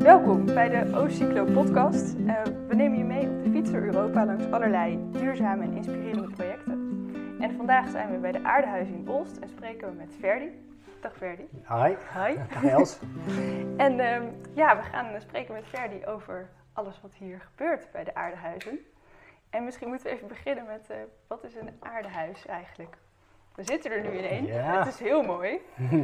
Welkom bij de Oostcyclo podcast. We nemen je mee op de fiets door Europa langs allerlei duurzame en inspirerende projecten. En vandaag zijn we bij de Aardehuizen in Olst en spreken we met Ferdy. Dag Ferdy. Hi. Hi. Dag Els. En we gaan spreken met Ferdy over alles wat hier gebeurt bij de Aardehuizen. En misschien moeten we even beginnen met wat is een aardehuis eigenlijk? We zitten er nu in één. Ja. Het is heel mooi.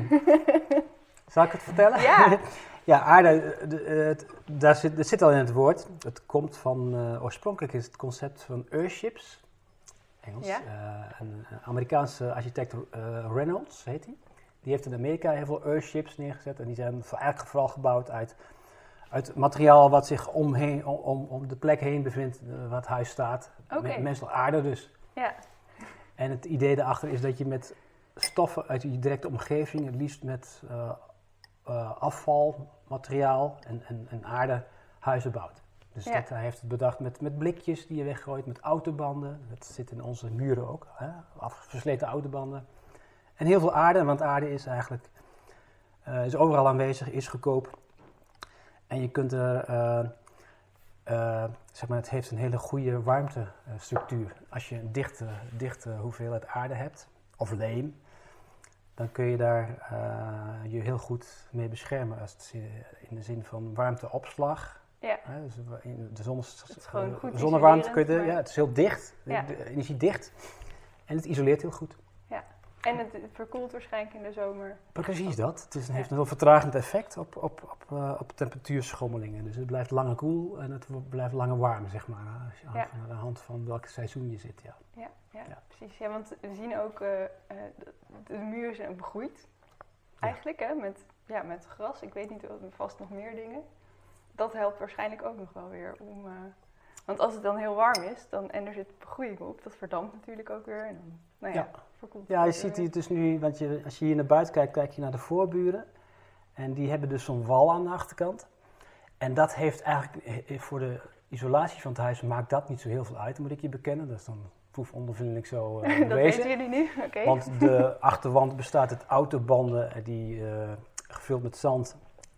Zal ik het vertellen? Ja. Ja, aarde, dat zit al in het woord. Het komt van, oorspronkelijk is het concept van earthships, Engels. Ja. Een Amerikaanse architect, Reynolds heet hij. Die heeft in Amerika heel veel earthships neergezet. En die zijn eigenlijk vooral gebouwd uit materiaal wat zich om de plek heen bevindt waar het huis staat. Oké. Meestal aarde dus. Ja. En het idee daarachter is dat je met stoffen uit je directe omgeving, het liefst met afvalmateriaal en aarde huizen bouwt. Dus Ja. hij heeft het bedacht met blikjes die je weggooit, met autobanden. Dat zit in onze muren ook, versleten autobanden. En heel veel aarde, want aarde is eigenlijk is overal aanwezig, is goedkoop. En je kunt er, het heeft een hele goede warmtestructuur. Als je een dichte hoeveelheid aarde hebt, of leem, dan kun je daar je heel goed mee beschermen in de zin van warmteopslag. Ja. Dus de Het is gewoon goed zonnewarmte kun je, isolerend, maar- het is heel dicht, Ja. de energie dicht. En het isoleert heel goed. En het verkoelt waarschijnlijk in de zomer. Precies dat. Heeft een heel vertragend effect op temperatuurschommelingen. Dus het blijft langer koel en het blijft langer warm, zeg maar. Als je aan de hand van welk seizoen je zit, ja. Ja, precies. Ja, want we zien ook, de muren zijn ook begroeid. Eigenlijk, hè, met gras. Ik weet niet, vast nog meer dingen. Dat helpt waarschijnlijk ook nog wel weer om... want als het dan heel warm is en er zit begroeiing op, dat verdampt natuurlijk ook weer. En dan, verkoelt het Ja, je ook ziet weer. hier dus nu, want als je hier naar buiten kijkt, kijk je naar de voorburen. En die hebben dus zo'n wal aan de achterkant. En dat heeft eigenlijk, voor de isolatie van het huis, maakt dat niet zo heel veel uit, moet ik je bekennen. Dat is dan proefondervindelijk zo Dat bewezen. weten jullie nu? Oké. Want de achterwand bestaat uit autobanden die gevuld met zand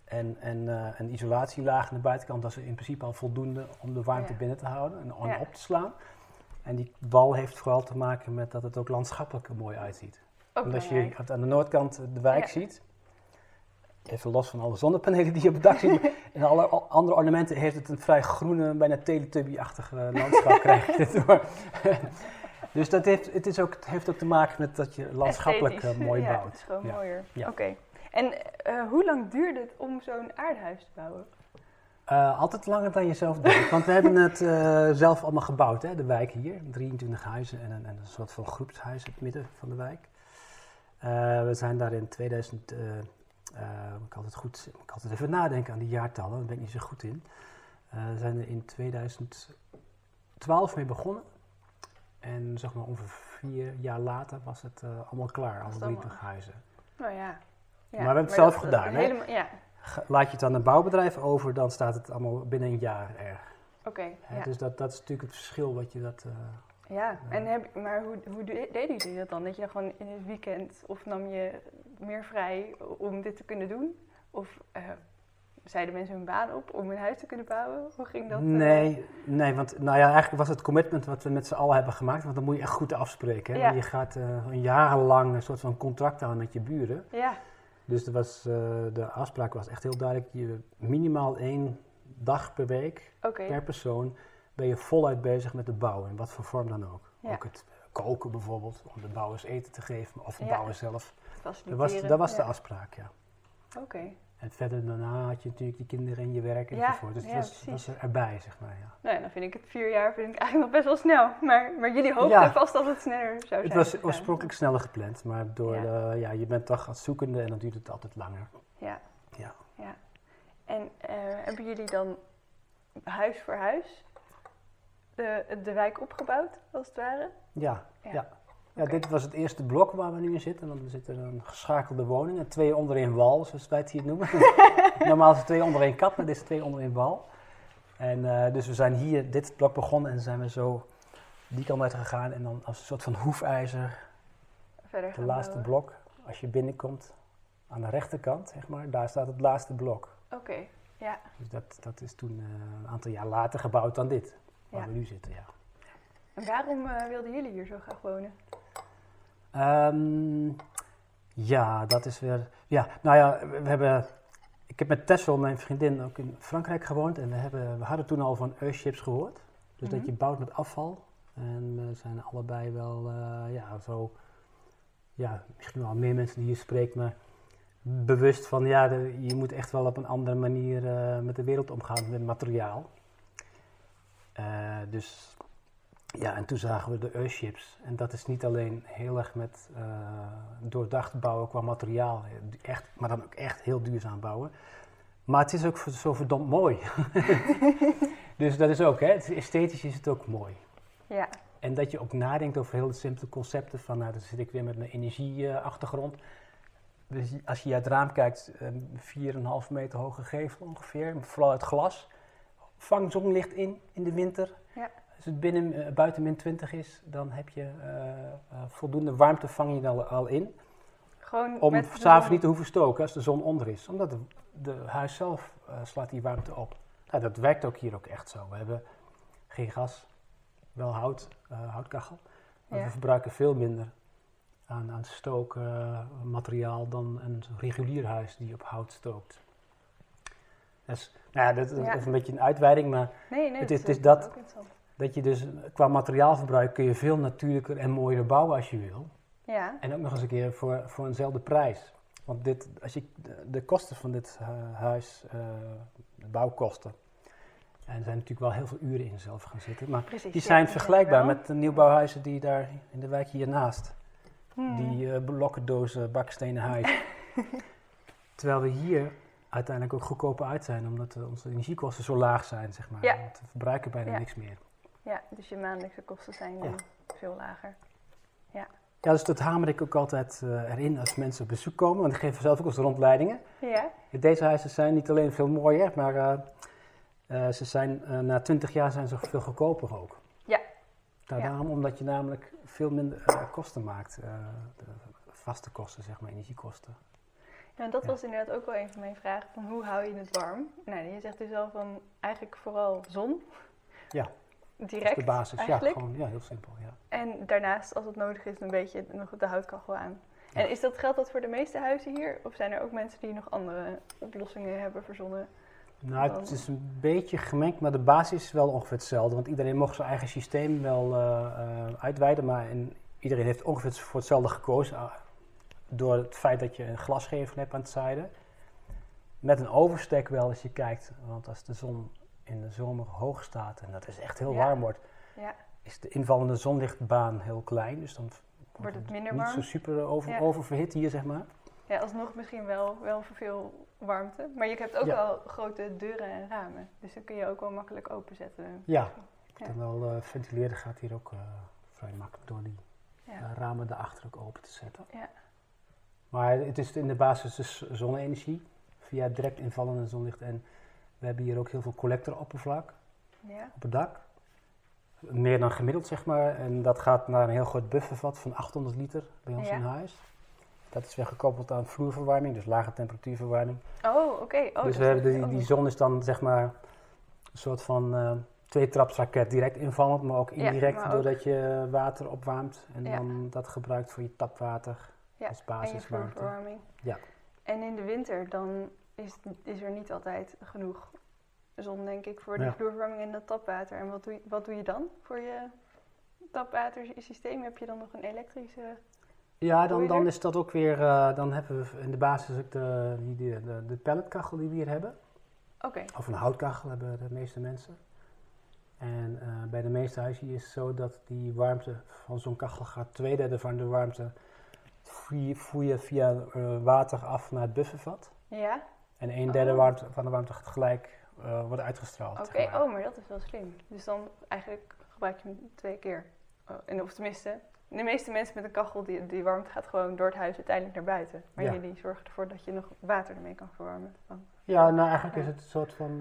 en isolatielaag aan de buitenkant. Dat is in principe al voldoende om de warmte binnen te houden en op te slaan. En die wal heeft vooral te maken met dat het ook landschappelijk er mooi uitziet. Ook En als je belangrijk. aan de noordkant de wijk ziet, even los van alle zonnepanelen die je op het dak ziet, en alle andere ornamenten heeft het een vrij groene, bijna Teletubby-achtige landschap krijg je dit door. Dus het heeft ook te maken met dat je landschappelijk mooi ja, bouwt. het is gewoon mooier. Ja. Oké. En hoe lang duurde het om zo'n aardehuis te bouwen? Altijd langer dan je zelf denkt. Want we hebben het zelf allemaal gebouwd, hè, de wijk hier. 23 huizen en een soort van groepshuis in het midden van de wijk. We zijn daar in 2000... ik altijd even nadenken aan die jaartallen, daar ben ik niet zo goed in. We zijn er in 2012 mee begonnen. En zeg maar ongeveer 4 jaar later was het allemaal klaar, alle 23 huizen. Nou ja. Maar we hebben het zelf gedaan, hè? Helemaal, ja. Laat je het aan een bouwbedrijf over, dan staat het allemaal binnen een jaar er. Oké. Ja. Dus dat is natuurlijk het verschil wat je dat... Ja, maar hoe deden jullie dat dan? Dat je gewoon in het weekend, of nam je meer vrij om dit te kunnen doen? Of zeiden mensen hun baan op om hun huis te kunnen bouwen? Hoe ging dat? Nee, want eigenlijk was het commitment wat we met z'n allen hebben gemaakt, want dan moet je echt goed afspreken. Hè? Ja. Je gaat jarenlang een soort van contract aan met je buren. Ja, Dus de afspraak was echt heel duidelijk, je minimaal 1 dag per week, oké. per persoon, ben je voluit bezig met de bouw, in wat voor vorm dan ook. Ja. Ook het koken bijvoorbeeld, om de bouwers eten te geven, of de Ja. bouwers zelf. Faciliteren. Dat was de afspraak, ja. Oké. En verder daarna had je natuurlijk je kinderen en je werk Ja, enzovoort. Dus ja, het was erbij, zeg maar, ja. Nou ja, dan vind ik het 4 jaar eigenlijk nog best wel snel. Maar jullie hoopten vast dat het sneller zou zijn. Het was gegaan. oorspronkelijk sneller gepland, maar je bent toch als zoekende en dan duurt het altijd langer. Ja. Ja. En hebben jullie dan huis voor huis de wijk opgebouwd, als het ware? Ja. Oké. Dit was het eerste blok waar we nu in zitten. Dan zit er een geschakelde woning en 2 onder één wal, zoals wij het hier noemen. Normaal is het 2 onder één kat, maar dit is 2 onder één wal. En dus we zijn hier dit blok begonnen en zijn we zo die kant uit gegaan. En dan als een soort van hoefijzer, Verder de gaan laatste bouwen. blok, als je binnenkomt, aan de rechterkant, zeg maar, daar staat het laatste blok. Oké. Ja. Dus dat is toen een aantal jaar later gebouwd dan dit, waar Ja. we nu zitten, ja. En waarom wilden jullie hier zo graag wonen? Ja, dat is weer... Ja, nou ja, ik heb met Tessel, mijn vriendin, ook in Frankrijk gewoond. En we hadden toen al van Earthships gehoord. Dus dat je bouwt met afval. En we zijn allebei wel, misschien wel meer mensen die je spreekt, maar bewust van, je moet echt wel op een andere manier met de wereld omgaan, met materiaal. Dus ja, en toen zagen we de Earthships. En dat is niet alleen heel erg met doordacht bouwen qua materiaal, maar dan ook echt heel duurzaam bouwen. Maar het is ook zo verdomd mooi. Dus dat is ook, hè, esthetisch is het ook mooi. Ja. En dat je ook nadenkt over heel simpele concepten van, dan zit ik weer met mijn energieachtergrond. Dus als je uit het raam kijkt, 4,5 meter hoge gevel ongeveer, vooral uit glas. Vang zonlicht in de winter. Ja. Als het buiten min 20 is, dan heb je voldoende warmte, vang je er al in. Gewoon Om met 's avonds niet te hoeven stoken als de zon onder is. Omdat de huis zelf slaat die warmte op. Nou, dat werkt ook hier ook echt zo. We hebben geen gas, wel houtkachel. Maar we verbruiken veel minder aan stookmateriaal dan een regulier huis die op hout stookt. Dus, dat is een beetje een uitweiding, maar Nee, het dat is ook dat interessant. je dus qua materiaalverbruik kun je veel natuurlijker en mooier bouwen als je wil. Ja. En ook nog eens een keer voor eenzelfde prijs. Want als je de kosten van dit huis, de bouwkosten, en er zijn natuurlijk wel heel veel uren in zelf gaan zitten, maar Precies, die zijn vergelijkbaar wel. met de nieuwbouwhuizen die daar in de wijk hiernaast. Die blokkendozen bakstenen huizen. Terwijl we hier uiteindelijk ook goedkoper uit zijn, omdat onze energiekosten zo laag zijn, zeg maar. Ja. Want we verbruiken bijna niks meer. Ja, dus je maandelijkse kosten zijn dan veel lager. Ja, dus dat hamer ik ook altijd erin als mensen op bezoek komen, want ik geef zelf ook eens rondleidingen. Ja. Deze huizen zijn niet alleen veel mooier, maar ze zijn na 20 jaar zijn ze veel goedkoper ook. Ja. Daarom, omdat je namelijk veel minder kosten maakt, de vaste kosten, zeg maar, energiekosten. Ja, dat was inderdaad ook wel een van mijn vragen, van hoe hou je het warm? Nou, je zegt dus al van eigenlijk vooral zon. Ja, direct dat is de basis. eigenlijk. Ja, gewoon, heel simpel. Ja. En daarnaast, als het nodig is, een beetje nog de houtkachel aan. Ja. En geldt dat voor de meeste huizen hier? Of zijn er ook mensen die nog andere oplossingen hebben verzonnen? Nou, het is een beetje gemengd, maar de basis is wel ongeveer hetzelfde. Want iedereen mocht zijn eigen systeem wel uitweiden, maar iedereen heeft ongeveer voor hetzelfde gekozen. Door het feit dat je een glasgevel hebt aan het zijde. Met een overstek wel als je kijkt, want als de zon in de zomer hoog staat en dat is echt heel warm wordt, is de invallende zonlichtbaan heel klein. Dus dan wordt het minder niet warm. zo super oververhit hier, zeg maar. Ja, alsnog misschien wel voor veel warmte. Maar je hebt ook wel grote deuren en ramen. Dus dan kun je ook wel makkelijk openzetten. Ja, en wel ventileren gaat hier ook vrij makkelijk door die ramen daarachter ook open te zetten. Ja. Maar het is in de basis dus zonne-energie via direct invallende zonlicht. En we hebben hier ook heel veel collectoroppervlak op het dak. Meer dan gemiddeld, zeg maar. En dat gaat naar een heel groot buffervat van 800 liter bij ons in huis. Dat is weer gekoppeld aan vloerverwarming, dus lage temperatuurverwarming. Oh, oké. Dus we hebben die zon is dan, zeg maar, een soort van tweetrapsraket direct invallend, maar ook indirect maar doordat je water opwarmt. En dan dat gebruikt voor je tapwater als basiswarmte. En je vloerverwarming. Ja. En in de winter dan is er niet altijd genoeg zon, denk ik, voor die vloerverwarming en dat tapwater. En wat doe je dan voor je tapwatersysteem? Heb je dan nog een elektrische... Ja, dan is dat ook weer, dan hebben we in de basis ook de pelletkachel die we hier hebben. Oké. Of een houtkachel hebben de meeste mensen. En bij de meeste huizen is het zo dat die warmte van zo'n kachel gaat 2/3 van de warmte voer je via water af naar het buffervat. Ja. En 1/3 van de warmte gaat gelijk worden uitgestraald. Oké, maar dat is wel slim. Dus dan eigenlijk gebruik je hem 2 keer. Of tenminste, de meeste mensen met een kachel, die warmte gaat gewoon door het huis uiteindelijk naar buiten. Maar jullie zorgen ervoor dat je nog water ermee kan verwarmen. Ja, nou eigenlijk is het een soort van,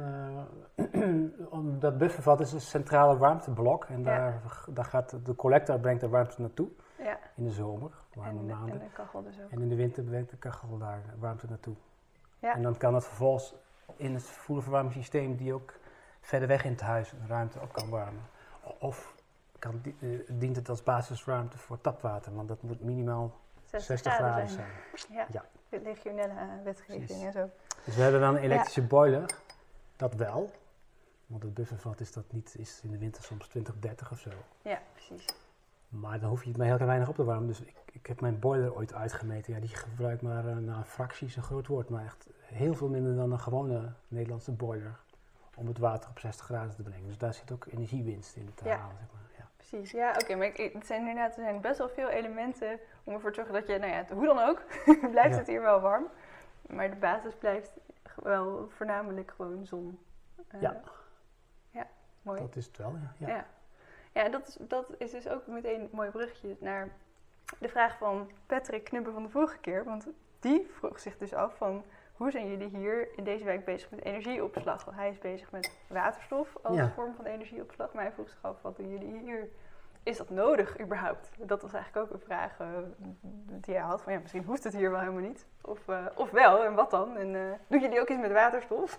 dat buffervat is een centrale warmteblok. En daar gaat de collector brengt de warmte naartoe. Ja. In de zomer, warme maanden. En de kachel dus ook. En in de winter brengt de kachel daar warmte naartoe. Ja. En dan kan het vervolgens in het voederverwarmingssysteem die ook verder weg in het huis een ruimte op kan warmen. Of dient het als basisruimte voor tapwater, want dat moet minimaal 60 graden zijn. Ja, de legionelle wetgeving Precies. en zo. Dus we hebben wel een elektrische boiler, dat wel. Want het buffervat is in de winter soms 20, 30 of zo. Ja, precies. Maar dan hoef je het maar heel weinig op te warmen. Dus ik heb mijn boiler ooit uitgemeten. Ja, die gebruikt maar een fractie, is een groot woord, maar echt heel veel minder dan een gewone Nederlandse boiler. Om het water op 60 graden te brengen. Dus daar zit ook energiewinst in te halen, zeg maar. Ja. Precies, ja, oké, maar er zijn best wel veel elementen om ervoor te zorgen dat je, hoe dan ook, blijft het hier wel warm. Maar de basis blijft wel voornamelijk gewoon zon. Ja, mooi. Dat is het wel, ja. Ja, dat is dus ook meteen een mooi bruggetje naar de vraag van Patrick Knubbe van de vorige keer. Want die vroeg zich dus af van, hoe zijn jullie hier in deze wijk bezig met energieopslag? Want hij is bezig met waterstof als vorm van energieopslag. Maar hij vroeg zich af, wat doen jullie hier? Is dat nodig überhaupt? Dat was eigenlijk ook een vraag die hij had. Van misschien hoeft het hier wel helemaal niet. Of wel, en wat dan? En doen jullie ook iets met waterstof?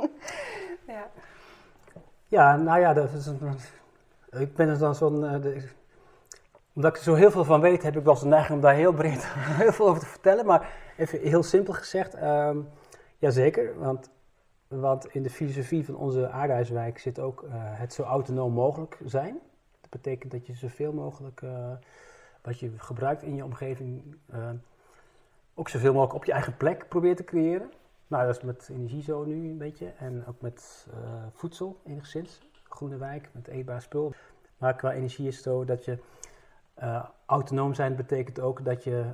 Ja, nou ja, dat is ik ben er dan omdat ik er zo heel veel van weet, heb ik wel eens de neiging om daar heel breed heel veel over te vertellen. Maar even heel simpel gezegd, jazeker. Want in de filosofie van onze aardhuiswijk zit ook het zo autonoom mogelijk zijn. Dat betekent dat je zoveel mogelijk wat je gebruikt in je omgeving ook zoveel mogelijk op je eigen plek probeert te creëren. Nou, dat is met energie zo nu een beetje. En ook met voedsel enigszins. Groene wijk met eetbaar spul. Maar qua energie is het zo dat je autonoom zijn betekent ook dat je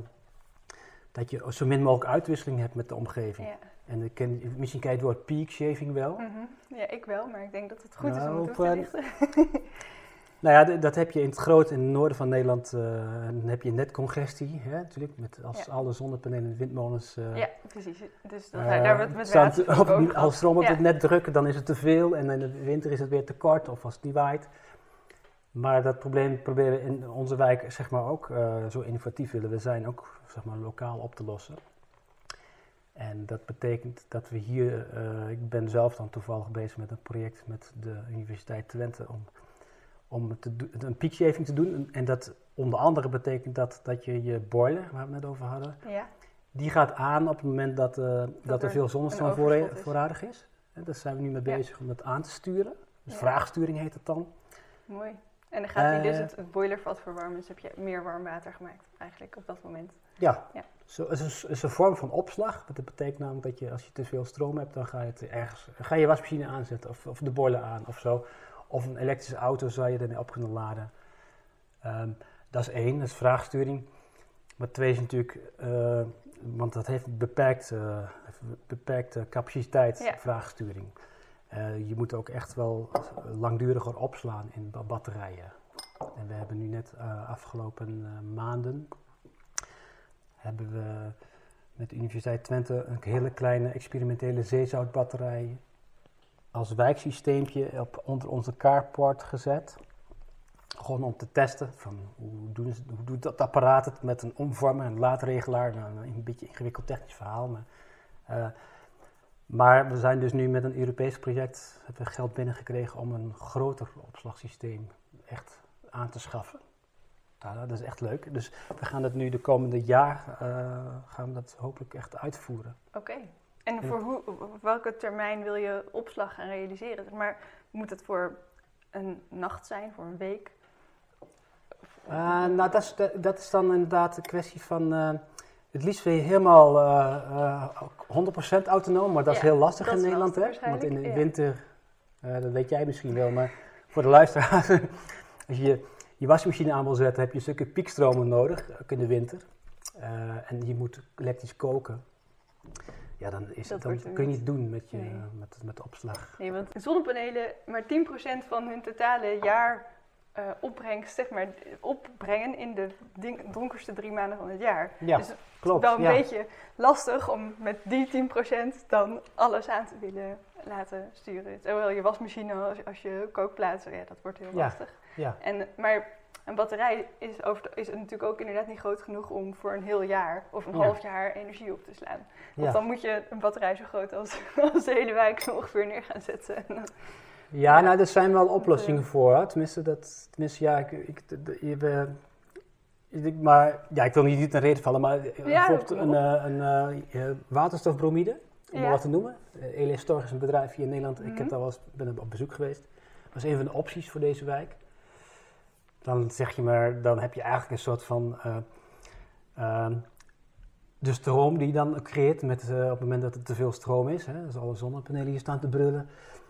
zo min mogelijk uitwisseling hebt met de omgeving. Ja. En misschien ken je het woord peak shaving wel. Mm-hmm. Ja, ik wel, maar ik denk dat het goed is om het toe te lichten. Nou ja, dat heb je in het noorden van Nederland, dan heb je netcongestie, hè, natuurlijk, met alle zonnepanelen en windmolens. Ja, precies. Dus daar wordt met water ook. Als stroom op het net drukken, dan is het te veel en in de winter is het weer te kort of als het niet waait. Maar dat probleem proberen we in onze wijk zeg maar ook zo innovatief willen we zijn, ook zeg maar lokaal op te lossen. En dat betekent dat we hier, ik ben zelf dan toevallig bezig met een project met de Universiteit Twente om een peakshaving te doen. En dat onder andere betekent dat je boiler, waar we het net over hadden, die gaat aan op het moment dat er veel zonnestroom voorradig is. En daar zijn we nu mee bezig om dat aan te sturen. Dus vraagsturing heet het dan. Mooi. En dan gaat hij dus het boilervat verwarmen, dus heb je meer warm water gemaakt eigenlijk op dat moment. Ja. Zo is een vorm van opslag. Dat betekent namelijk dat je als je te veel stroom hebt, dan ga je wasmachine aanzetten of de boiler aan of zo. Of een elektrische auto zou je ermee op kunnen laden. Dat is 1, dat is vraagsturing. Maar 2 is natuurlijk, want dat heeft beperkte capaciteit, vraagsturing. Je moet ook echt wel langduriger opslaan in batterijen. En we hebben nu net afgelopen maanden hebben we met de Universiteit Twente een hele kleine experimentele zeezoutbatterij als wijksysteempje onder onze carport gezet. Gewoon om te testen van hoe doet dat apparaat het met een omvormer en een laadregelaar. Nou, een beetje een ingewikkeld technisch verhaal. Maar we zijn dus nu met een Europees project, hebben we geld binnengekregen om een groter opslagsysteem echt aan te schaffen. Nou, dat is echt leuk. Dus we gaan dat nu de komende jaar gaan we dat hopelijk echt uitvoeren. Oké. En voor welke termijn wil je opslag gaan realiseren? Maar moet het voor een nacht zijn, voor een week? Nou, dat is dan inderdaad een kwestie van het liefst wil je helemaal 100% autonoom, maar dat is heel lastig in Nederland. Hè? Want in de winter, dat weet jij misschien wel, maar voor de luisteraars, als je je wasmachine aan wil zetten, heb je stukken piekstromen nodig, ook in de winter. En je moet elektrisch koken. Ja, dan kun je niet doen met de opslag. Nee, want zonnepanelen maar 10% van hun totale jaar opbrengst, zeg maar, opbrengen in de donkerste 3 maanden van het jaar. Ja, dus klopt. Het is wel een beetje lastig om met die 10% dan alles aan te willen laten sturen. Terwijl je wasmachine, als je kookplaatsen, dat wordt heel lastig. Ja. Maar een batterij is natuurlijk ook inderdaad niet groot genoeg om voor een heel jaar of een Ja. half jaar energie op te slaan. Want Ja. dan moet je een batterij zo groot als de hele wijk zo ongeveer neer gaan zetten. En dan- Ja, nou, er zijn wel oplossingen voor. Hè. Tenminste, ja, maar ja, ik wil niet een reden vallen, maar bijvoorbeeld kom een waterstofbromide, om Ja. wat te noemen. Elestor is een bedrijf hier in Nederland. Ik Mhm. ben er op bezoek geweest. Dat was een van de opties voor deze wijk. Dan zeg je maar, dan heb je eigenlijk een soort van de stroom die je dan creëert op het moment dat er te veel stroom is. Hè, dus alle zonnepanelen hier staan te brullen.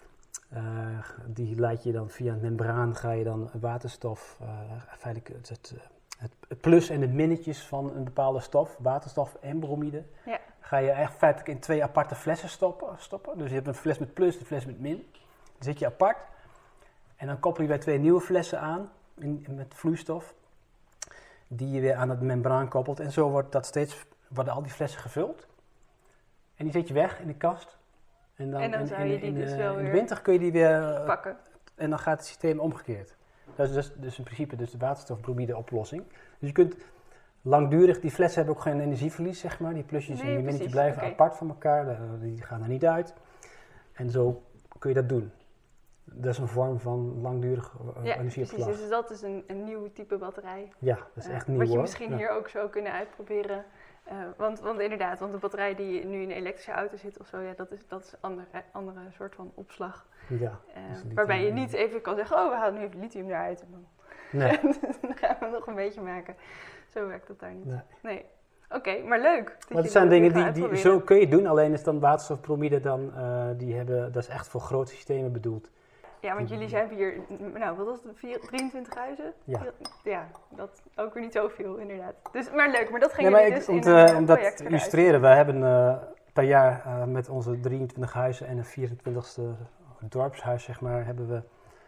Die leid je dan via een membraan, ga je dan waterstof, feitelijk het plus en het minnetjes van een bepaalde stof, waterstof en bromide, Ja. ga je echt feitelijk in 2 aparte flessen stoppen. Dus je hebt een fles met plus, een fles met min. Dan zet je apart en dan koppel je bij 2 nieuwe flessen aan met vloeistof, die je weer aan het membraan koppelt. En zo worden al die flessen gevuld. En die zet je weg in de kast. En dan zou je die dus wel in de weer winter kun je die weer pakken. en dan gaat het systeem omgekeerd. Dat is dus in principe de waterstofbromide oplossing. Dus je kunt langdurig, die flessen hebben ook geen energieverlies, zeg maar. Die plusjes en die minnetjes precies, blijven oké. apart van elkaar, die gaan er niet uit. En zo kun je dat doen. Dat is een vorm van langdurig Ja, energieopslag. precies. Dus dat is een nieuw type batterij. Ja, dat is echt nieuw Wat je hoor. misschien Ja. hier ook zou kunnen uitproberen. Want inderdaad, de batterij die nu in een elektrische auto zit of zo, ja, dat is een andere soort van opslag. Ja, lithium, Waarbij je niet even kan zeggen, we halen nu even lithium eruit en dan, nee. dan gaan we nog een beetje maken. Zo werkt dat daar niet. Nee. Nee. Oké, maar leuk. Dat Maar je het zijn dat weer dingen gaat die uitproberen. zo kun je doen, alleen is dan waterstofbromide dat is echt voor grote systemen bedoeld. Ja, want jullie hebben hier, nou, wat was het, 23 huizen? Ja. Ja, dat ook weer niet zoveel inderdaad. Dus, maar leuk, maar dat ging Nee, maar jullie dus om in een dat project te eruit. illustreren, we hebben per jaar met onze 23 huizen en een 24ste dorpshuis, zeg maar, hebben we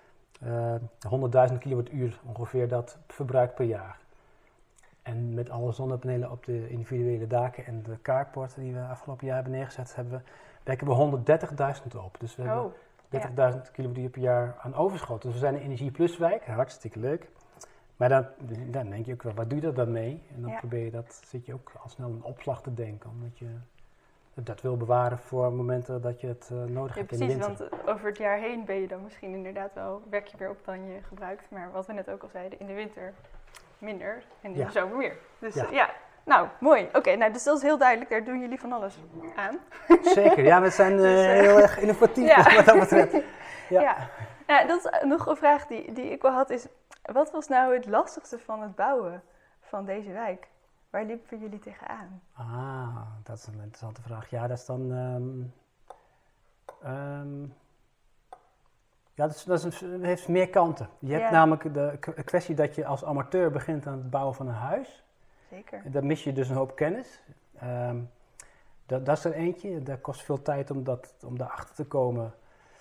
100.000 kilowattuur ongeveer dat verbruikt per jaar. En met alle zonnepanelen op de individuele daken en de kaartporten die we afgelopen jaar hebben neergezet, wekken we 130.000 op. Dus we hebben 30.000 kilowattuur per jaar aan overschot. Dus we zijn een energiepluswijk, hartstikke leuk. Maar dan denk je ook wel, wat doe je dan mee? En dan zit je ook al snel in opslag te denken, omdat je dat wil bewaren voor momenten dat je het nodig hebt in de precies, winter. want over het jaar heen ben je dan misschien inderdaad wel, werk je weer op dan je gebruikt. Maar wat we net ook al zeiden, in de winter minder en in de zomer meer. Dus ja. Nou, mooi. Oké, nou, dus dat is heel duidelijk. Daar doen jullie van alles aan. Zeker, ja, we zijn heel erg innovatief wat dat betreft. Ja. Dat is nog een vraag die ik wel had is, wat was nou het lastigste van het bouwen van deze wijk? Waar liepen jullie tegenaan? Dat is een interessante vraag. Ja, dat is dan... heeft meer kanten. Je hebt namelijk de kwestie dat je als amateur begint aan het bouwen van een huis. Zeker. Dan mis je dus een hoop kennis. Dat is er eentje. Dat kost veel tijd om daarachter te komen.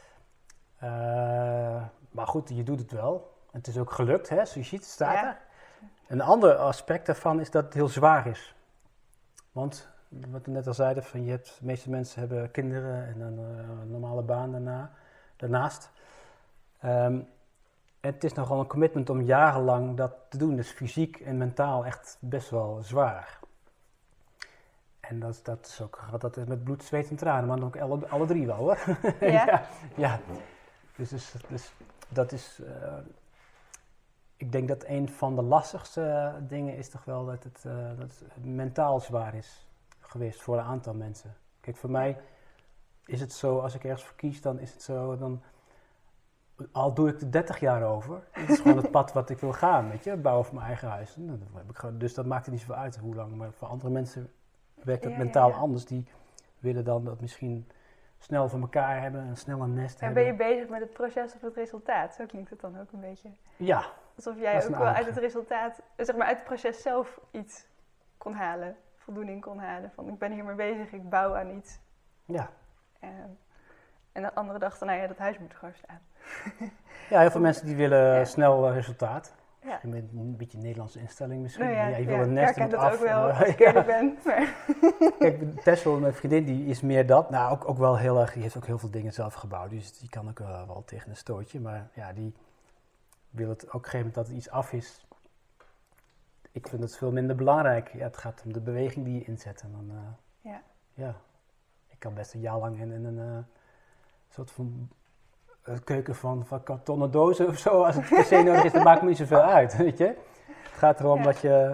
Maar goed, je doet het wel. Het is ook gelukt, hè? Zoals je ziet, het staat er. Een ander aspect daarvan is dat het heel zwaar is. Want, wat we net al zeiden, de meeste mensen hebben kinderen en een normale baan daarnaast. En het is nogal een commitment om jarenlang dat te doen. Dus fysiek en mentaal echt best wel zwaar. En dat is ook dat is met bloed, zweet en tranen, maar ook alle drie wel hoor. Ja. Ja. Dus dat is... ik denk dat een van de lastigste dingen is toch wel dat het mentaal zwaar is geweest voor een aantal mensen. Kijk, voor mij is het zo, als ik ergens voor kies, dan is het zo, al doe ik er 30 jaar over. Het is gewoon het pad wat ik wil gaan, weet je, het bouwen van mijn eigen huis. Dus dat maakt er niet zoveel uit hoe lang, maar voor andere mensen werkt het mentaal anders. Die willen dan dat misschien snel voor elkaar hebben, een snel een nest hebben. Ben je bezig met het proces of het resultaat? Zo klinkt het dan ook een beetje. Ja. Alsof jij ook wel uit het resultaat, zeg maar uit het proces zelf iets kon halen, voldoening kon halen. Van ik ben hier mee bezig, ik bouw aan iets. Ja. En de andere dacht, nou ja, dat huis moet gewoon staan. Ja, heel veel mensen die willen snel resultaat. Ja. Met een beetje een Nederlandse instelling misschien. Nou je wil een nest, ik herken moet dat af. ook wel als ik eerlijk ben. Maar. Kijk, Tessel, mijn vriendin, die is meer dat. Nou, ook wel heel erg, die heeft ook heel veel dingen zelf gebouwd. Dus die kan ook wel tegen een stootje. Maar ja, wil het ook op een gegeven moment dat het iets af is. Ik vind het veel minder belangrijk. Ja, het gaat om de beweging die je inzet. En dan, ja, ik kan best een jaar lang in een soort van keuken van kartonnen dozen of zo. Als het per se nodig is, dan maakt me niet zoveel uit, weet je. Het gaat erom dat je,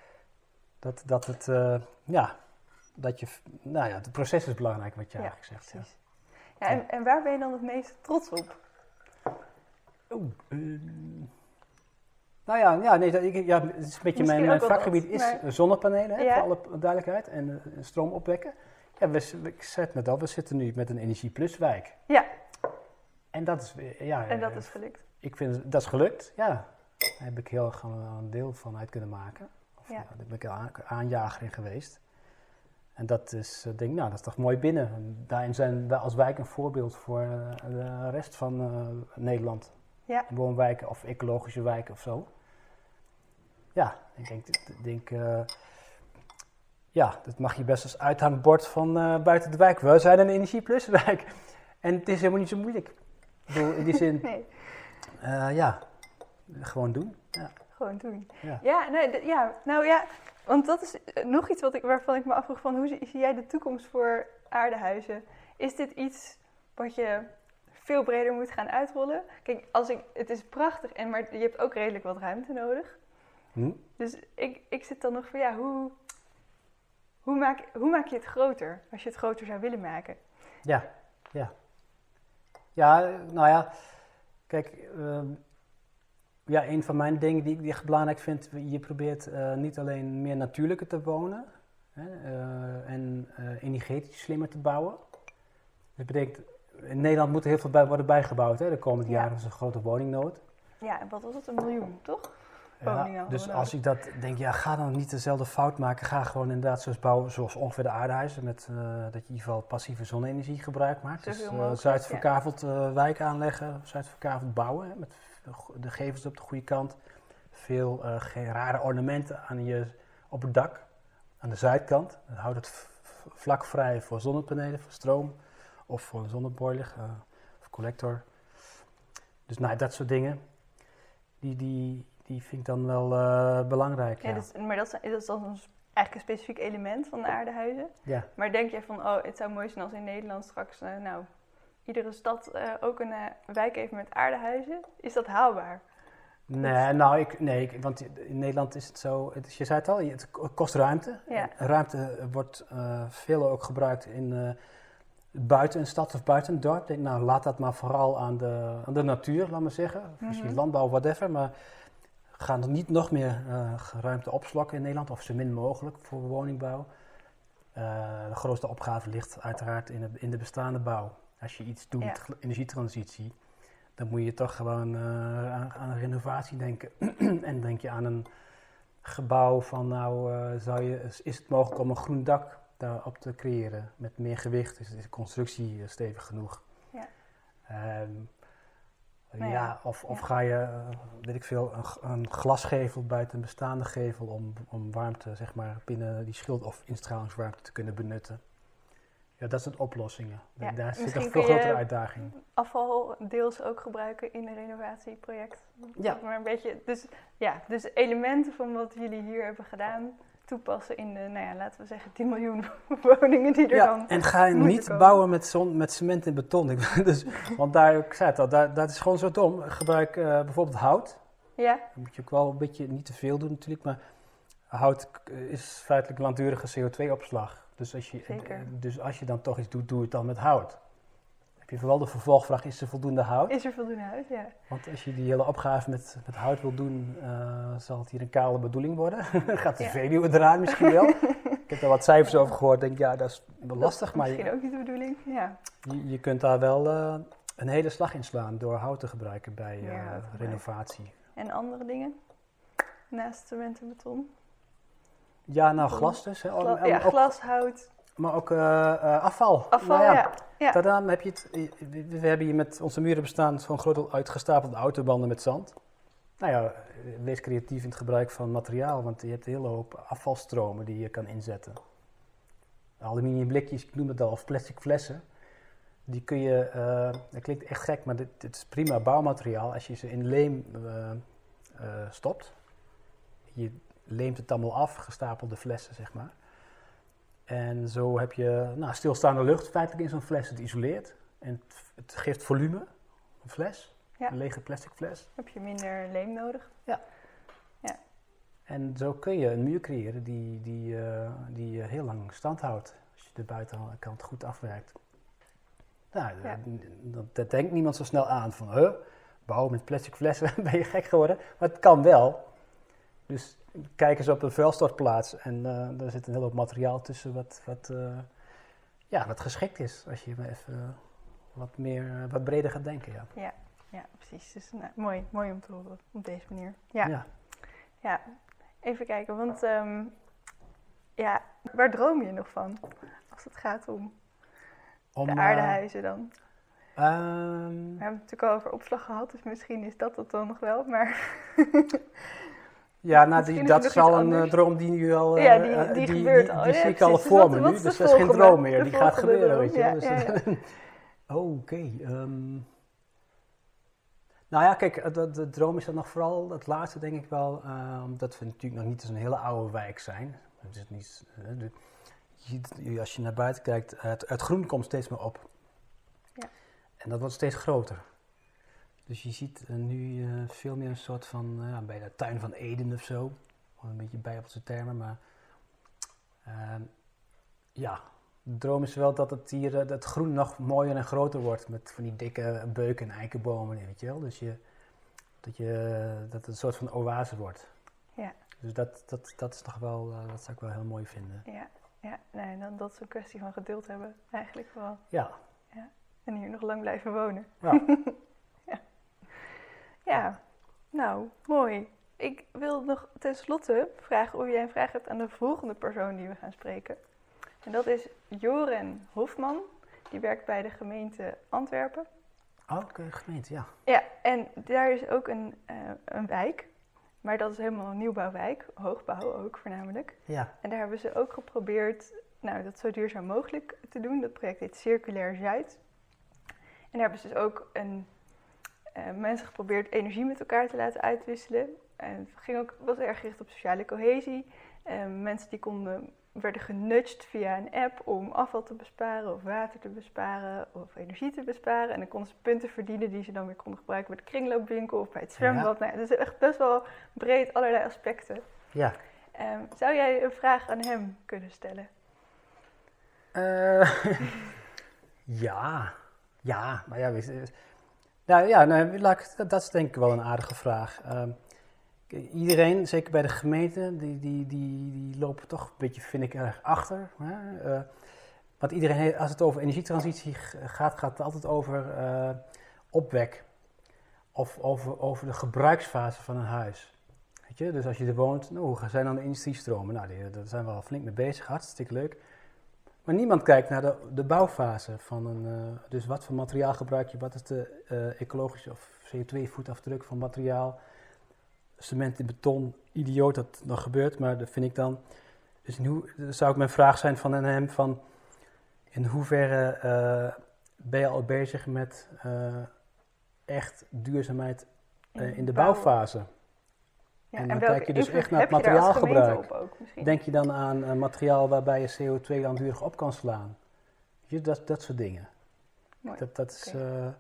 het proces is belangrijk wat je eigenlijk zegt. Precies. Ja, en waar ben je dan het meest trots op? Het is een beetje mijn vakgebied is zonnepanelen, voor alle duidelijkheid, en stroom opwekken. Ja, ik zei het net al, we zitten nu met een Energie-Plus wijk. Ja. En dat is, en dat is gelukt. Ik vind dat is gelukt, ja. Daar heb ik heel erg een deel van uit kunnen maken. Daar ben ik aanjager in geweest. En dat is, dat is toch mooi binnen. En daarin zijn wij als wijk een voorbeeld voor de rest van Nederland. Ja. Woonwijken of ecologische wijken of zo. Ja, ik denk dat mag je best als uithangbord van buiten de wijk. We zijn een Energie-Plus wijk. En het is helemaal niet zo moeilijk. Ik bedoel, in die zin, nee. Gewoon doen. Ja. Gewoon doen. Ja. Want dat is nog iets waarvan ik me afvroeg van hoe zie jij de toekomst voor aardehuizen? Is dit iets wat je veel breder moet gaan uitrollen? Kijk, het is prachtig, maar je hebt ook redelijk wat ruimte nodig. Dus ik zit dan nog van, hoe maak je het groter, als je het groter zou willen maken? Ja. Ja, nou ja, kijk, een van mijn dingen die ik echt belangrijk vind, je probeert niet alleen meer natuurlijker te wonen en energetisch slimmer te bouwen. Dat betekent, in Nederland moet er heel veel worden bijgebouwd, de komende jaren is een grote woningnood. Ja, en wat was het, 1 miljoen, toch? Ja, dus als ik dat denk, ga dan niet dezelfde fout maken. Ga gewoon inderdaad zoals bouwen, zoals ongeveer de aardehuizen, met dat je in ieder geval passieve zonne-energie gebruik maakt. Dus Zuidverkaveld wijk aanleggen, Zuidverkaveld bouwen, met de gevels op de goede kant. Veel geen rare ornamenten op het dak, aan de zuidkant. Dan houdt het vlak vrij voor zonnepanelen, voor stroom of voor een zonneboiler of collector. Dus dat soort dingen, die vind ik dan wel belangrijk. Ja. Maar dat is dan eigenlijk een specifiek element van de aardehuizen. Ja. Maar denk je van, het zou mooi zijn als in Nederland straks, iedere stad ook een wijk heeft met aardehuizen? Is dat haalbaar? Nee, want in Nederland is het zo, je zei het al, het kost ruimte. Ja. Ruimte wordt veel ook gebruikt in buiten een stad of buiten een dorp. Laat dat maar vooral aan de natuur, laat maar zeggen. Of misschien landbouw, whatever, maar gaan er niet nog meer ruimte opslokken in Nederland, of zo min mogelijk voor woningbouw. De grootste opgave ligt uiteraard in de bestaande bouw. Als je iets doet met energietransitie, dan moet je toch gewoon aan een renovatie denken. En denk je aan een gebouw van, is het mogelijk om een groen dak daarop te creëren met meer gewicht? Is de constructie stevig genoeg? Ja. Of ga je, weet ik veel, een glasgevel buiten een bestaande gevel om warmte, zeg maar, binnen die schild- of instralingswarmte te kunnen benutten. Ja, dat zijn oplossingen. Ja, daar zit een veel grotere uitdaging. Afval deels ook gebruiken in een renovatieproject. Ja. Maar een beetje, dus elementen van wat jullie hier hebben gedaan, toepassen in de, laten we zeggen, 10 miljoen woningen die er dan en ga je niet komen. bouwen met cement en beton. Want daar, ik zei het al, dat is gewoon zo dom. Gebruik bijvoorbeeld hout. Ja. Dan moet je ook wel een beetje, niet te veel doen natuurlijk, maar hout is feitelijk langdurige CO2-opslag. Dus als je dan toch iets doet, doe het dan met hout. Heb je wel de vervolgvraag, is er voldoende hout? Is er voldoende hout, ja. Want als je die hele opgave met hout wil doen, zal het hier een kale bedoeling worden. Gaat de Veluwe eraan misschien wel. Ik heb daar wat cijfers over gehoord, denk dat is wel lastig. Maar misschien ook niet de bedoeling, ja. Je kunt daar wel een hele slag in slaan door hout te gebruiken bij renovatie. En andere dingen? Naast cement en beton? Ja, glas dus. Hè. Glas, hout. Maar ook afval. Afval, ja. Daarom heb je het. We hebben hier met onze muren bestaan van groot uitgestapelde autobanden met zand. Wees creatief in het gebruik van materiaal, want je hebt een hele hoop afvalstromen die je kan inzetten. Aluminium blikjes, ik noem het al, of plastic flessen. Die kun je, dat klinkt echt gek, maar dit is prima bouwmateriaal als je ze in leem stopt. Je leemt het allemaal af, gestapelde flessen zeg maar. En zo heb je stilstaande lucht feitelijk in zo'n fles. Het isoleert en het geeft volume, een fles, een lege plastic fles. Heb je minder leem nodig? Ja. En zo kun je een muur creëren die heel lang stand houdt als je de buitenkant goed afwerkt. Nou, dat denkt niemand zo snel aan van, bouwen met plastic flessen, ben je gek geworden? Maar het kan wel. Dus kijk eens op een vuilstortplaats en daar zit een hele hoop materiaal tussen wat geschikt is. Als je even wat breder gaat denken. Ja, precies. Dus mooi om te horen op deze manier. Ja. Even kijken, want waar droom je nog van als het gaat om de aardehuizen dan? We hebben het natuurlijk al over opslag gehad, dus misschien is dat het dan nog wel, maar... Ja, dat is al een droom die nu al... die gebeurt al. Die zie ik al voor me nu, dus dat is geen droom meer. Die gaat gebeuren, weet je wel. Dus Oké. Nou ja, kijk, de droom is dan nog vooral het laatste, denk ik wel, omdat we natuurlijk nog niet eens een hele oude wijk zijn. Het is niet, als je naar buiten kijkt, het groen komt steeds meer op. Ja. En dat wordt steeds groter. Dus je ziet nu veel meer een soort van, bij de tuin van Eden of zo. Een beetje bijbelse termen, maar de droom is wel dat het hier, het groen nog mooier en groter wordt. Met van die dikke beuken en eikenbomen, weet je wel. Dus dat het een soort van oase wordt. Ja. Dus dat is toch wel, dat zou ik wel heel mooi vinden. Dan dat is een kwestie van geduld hebben, eigenlijk wel. Ja. En hier nog lang blijven wonen. Ja. Ja, nou, mooi. Ik wil nog tenslotte vragen of jij een vraag hebt aan de volgende persoon die we gaan spreken. En dat is Joren Hofman. Die werkt bij de gemeente Antwerpen. Oké, gemeente, ja. Ja, en daar is ook een wijk. Maar dat is helemaal een nieuwbouwwijk. Hoogbouw ook voornamelijk. Ja. En daar hebben ze ook geprobeerd dat zo duurzaam mogelijk te doen. Dat project heet Circulair Zuid. En daar hebben ze dus ook mensen geprobeerd energie met elkaar te laten uitwisselen. En het was erg gericht op sociale cohesie. Mensen die werden genudged via een app om afval te besparen of water te besparen of energie te besparen. En dan konden ze punten verdienen die ze dan weer konden gebruiken bij de kringloopwinkel of bij het zwembad. Ja. Dus echt best wel breed allerlei aspecten. Ja. Zou jij een vraag aan hem kunnen stellen? Dat is denk ik wel een aardige vraag. Iedereen, zeker bij de gemeente, die lopen toch een beetje, vind ik, erg achter. Want iedereen, als het over energietransitie gaat het altijd over opwek. Of over de gebruiksfase van een huis. Weet je? Dus als je er woont, hoe zijn dan de industriestromen? Nou, daar zijn we al flink mee bezig, hartstikke leuk. Maar niemand kijkt naar de bouwfase van dus wat voor materiaal gebruik je, wat is de ecologische of CO2-voetafdruk van materiaal. Cement in beton, idioot dat nog gebeurt, maar dat vind ik dan. Dus zou ik mijn vraag zijn van hem van in hoeverre ben je al bezig met echt duurzaamheid in de bouwfase? Ja, en dan kijk je dus echt naar het materiaalgebruik. Denk je dan aan materiaal waarbij je CO2 langdurig op kan slaan? Dat soort dingen. Mooi. Dat is,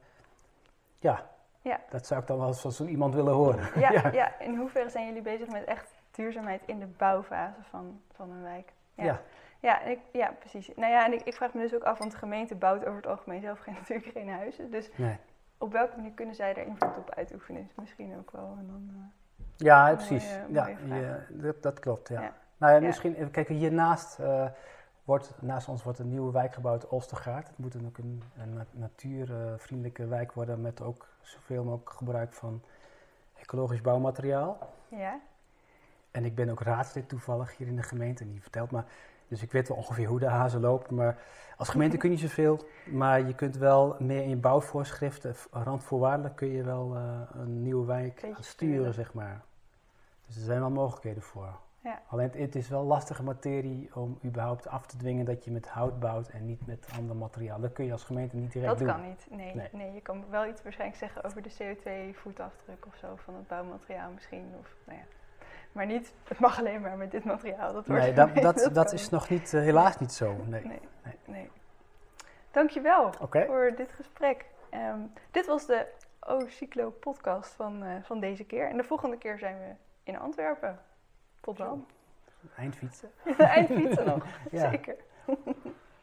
dat zou ik dan wel eens van zo iemand willen horen. Ja, in hoeverre zijn jullie bezig met echt duurzaamheid in de bouwfase van een wijk? Ja, precies. Nou ja, en ik vraag me dus ook af, want de gemeente bouwt over het algemeen zelf natuurlijk geen huizen. Dus op welke manier kunnen zij daar invloed op uitoefenen? Is misschien ook wel precies. Dat klopt, ja. Nou ja, misschien, kijk, hiernaast naast ons wordt een nieuwe wijk gebouwd, Oostergaard. Het moet dan ook een natuurvriendelijke wijk worden met ook zoveel mogelijk gebruik van ecologisch bouwmateriaal. Ja. En ik ben ook raadslid toevallig hier in de gemeente, die vertelt me. Dus ik weet wel ongeveer hoe de hazen lopen. Maar als gemeente kun je niet zoveel, maar je kunt wel meer in je bouwvoorschriften, randvoorwaardelijk kun je wel een nieuwe wijk sturen, zeg maar. Dus er zijn wel mogelijkheden voor. Ja. Alleen het is wel lastige materie om überhaupt af te dwingen dat je met hout bouwt en niet met ander materiaal. Dat kun je als gemeente niet direct doen. Dat kan niet. Nee, je kan wel iets waarschijnlijk zeggen over de CO2-voetafdruk of zo van het bouwmateriaal misschien. Of, nou ja. Maar niet, het mag alleen maar met dit materiaal. Dat is nog niet, helaas niet zo. Nee. Dankjewel Okay. voor dit gesprek. Dit was de O-Cyclo podcast van deze keer. En de volgende keer zijn we in Antwerpen. Tot dan. Eindfietsen. Eindfietsen nog, Ja. zeker.